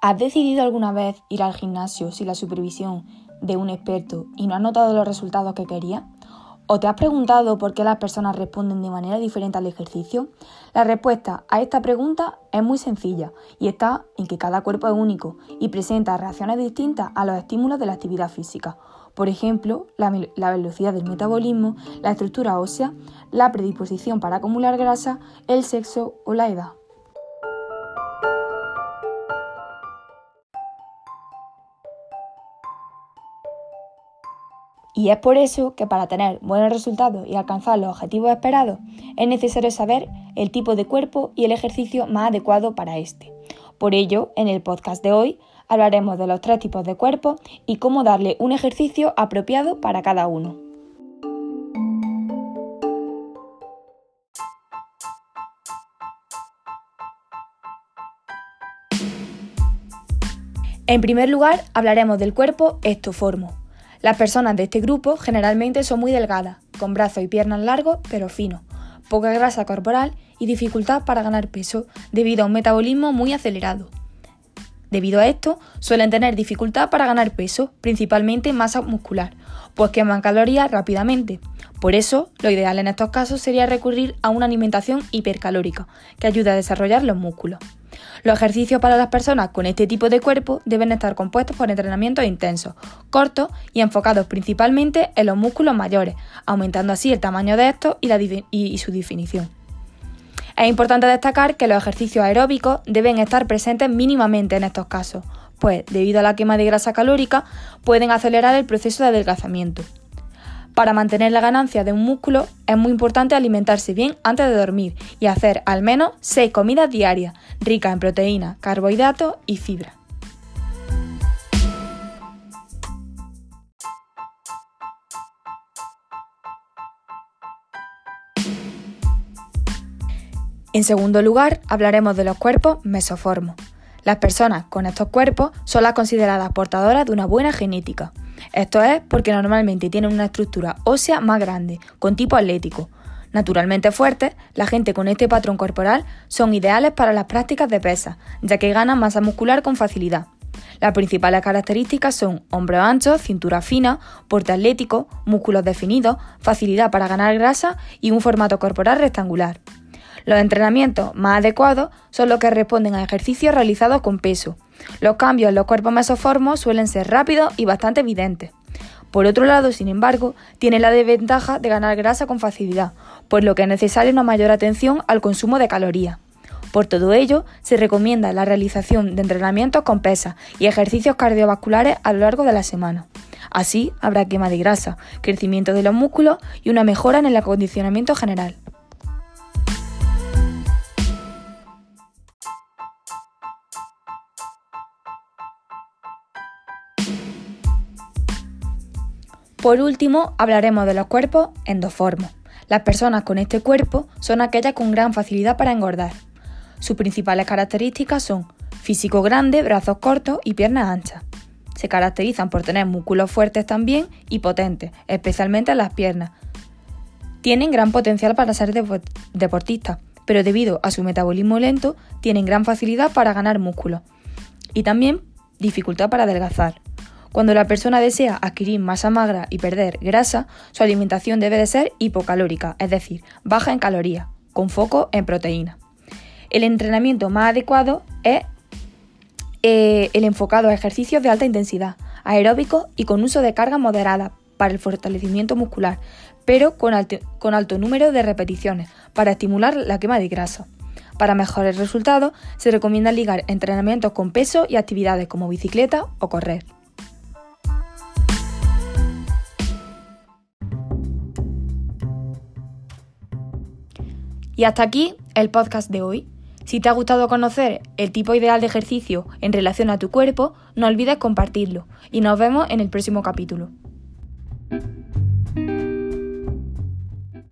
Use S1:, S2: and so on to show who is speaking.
S1: ¿Has decidido alguna vez ir al gimnasio sin la supervisión de un experto y no has notado los resultados que querías? ¿O te has preguntado por qué las personas responden de manera diferente al ejercicio? La respuesta a esta pregunta es muy sencilla y está en que cada cuerpo es único y presenta reacciones distintas a los estímulos de la actividad física. Por ejemplo, la velocidad del metabolismo, la estructura ósea, la predisposición para acumular grasa, el sexo o la edad. Y es por eso que para tener buenos resultados y alcanzar los objetivos esperados, es necesario saber el tipo de cuerpo y el ejercicio más adecuado para este. Por ello, en el podcast de hoy, hablaremos de los 3 tipos de cuerpo y cómo darle un ejercicio apropiado para cada uno. En primer lugar, hablaremos del cuerpo ectoformo. Las personas de este grupo generalmente son muy delgadas, con brazos y piernas largos pero finos, poca grasa corporal y dificultad para ganar peso debido a un metabolismo muy acelerado. Debido a esto, suelen tener dificultad para ganar peso, principalmente masa muscular, pues queman calorías rápidamente. Por eso, lo ideal en estos casos sería recurrir a una alimentación hipercalórica, que ayude a desarrollar los músculos. Los ejercicios para las personas con este tipo de cuerpo deben estar compuestos por entrenamientos intensos, cortos y enfocados principalmente en los músculos mayores, aumentando así el tamaño de estos y su definición. Es importante destacar que los ejercicios aeróbicos deben estar presentes mínimamente en estos casos, pues debido a la quema de grasa calórica pueden acelerar el proceso de adelgazamiento. Para mantener la ganancia de un músculo es muy importante alimentarse bien antes de dormir y hacer al menos 6 comidas diarias, ricas en proteínas, carbohidratos y fibra. En segundo lugar, hablaremos de los cuerpos mesoformos. Las personas con estos cuerpos son las consideradas portadoras de una buena genética. Esto es porque normalmente tienen una estructura ósea más grande, con tipo atlético. Naturalmente fuertes, la gente con este patrón corporal son ideales para las prácticas de pesas, ya que ganan masa muscular con facilidad. Las principales características son hombros anchos, cintura fina, porte atlético, músculos definidos, facilidad para ganar grasa y un formato corporal rectangular. Los entrenamientos más adecuados son los que responden a ejercicios realizados con peso. Los cambios en los cuerpos mesoformos suelen ser rápidos y bastante evidentes. Por otro lado, sin embargo, tienen la desventaja de ganar grasa con facilidad, por lo que es necesaria una mayor atención al consumo de calorías. Por todo ello, se recomienda la realización de entrenamientos con pesas y ejercicios cardiovasculares a lo largo de la semana. Así, habrá quema de grasa, crecimiento de los músculos y una mejora en el acondicionamiento general. Por último, hablaremos de los cuerpos endoformos. Las personas con este cuerpo son aquellas con gran facilidad para engordar. Sus principales características son físico grande, brazos cortos y piernas anchas. Se caracterizan por tener músculos fuertes también y potentes, especialmente en las piernas. Tienen gran potencial para ser deportistas, pero debido a su metabolismo lento, tienen gran facilidad para ganar músculo y también dificultad para adelgazar. Cuando la persona desea adquirir masa magra y perder grasa, su alimentación debe de ser hipocalórica, es decir, baja en calorías, con foco en proteínas. El entrenamiento más adecuado es el enfocado a ejercicios de alta intensidad, aeróbicos y con uso de cargas moderadas para el fortalecimiento muscular, pero con alto número de repeticiones para estimular la quema de grasa. Para mejores resultados, se recomienda ligar entrenamientos con peso y actividades como bicicleta o correr. Y hasta aquí el podcast de hoy. Si te ha gustado conocer el tipo ideal de ejercicio en relación a tu cuerpo, no olvides compartirlo y nos vemos en el próximo capítulo.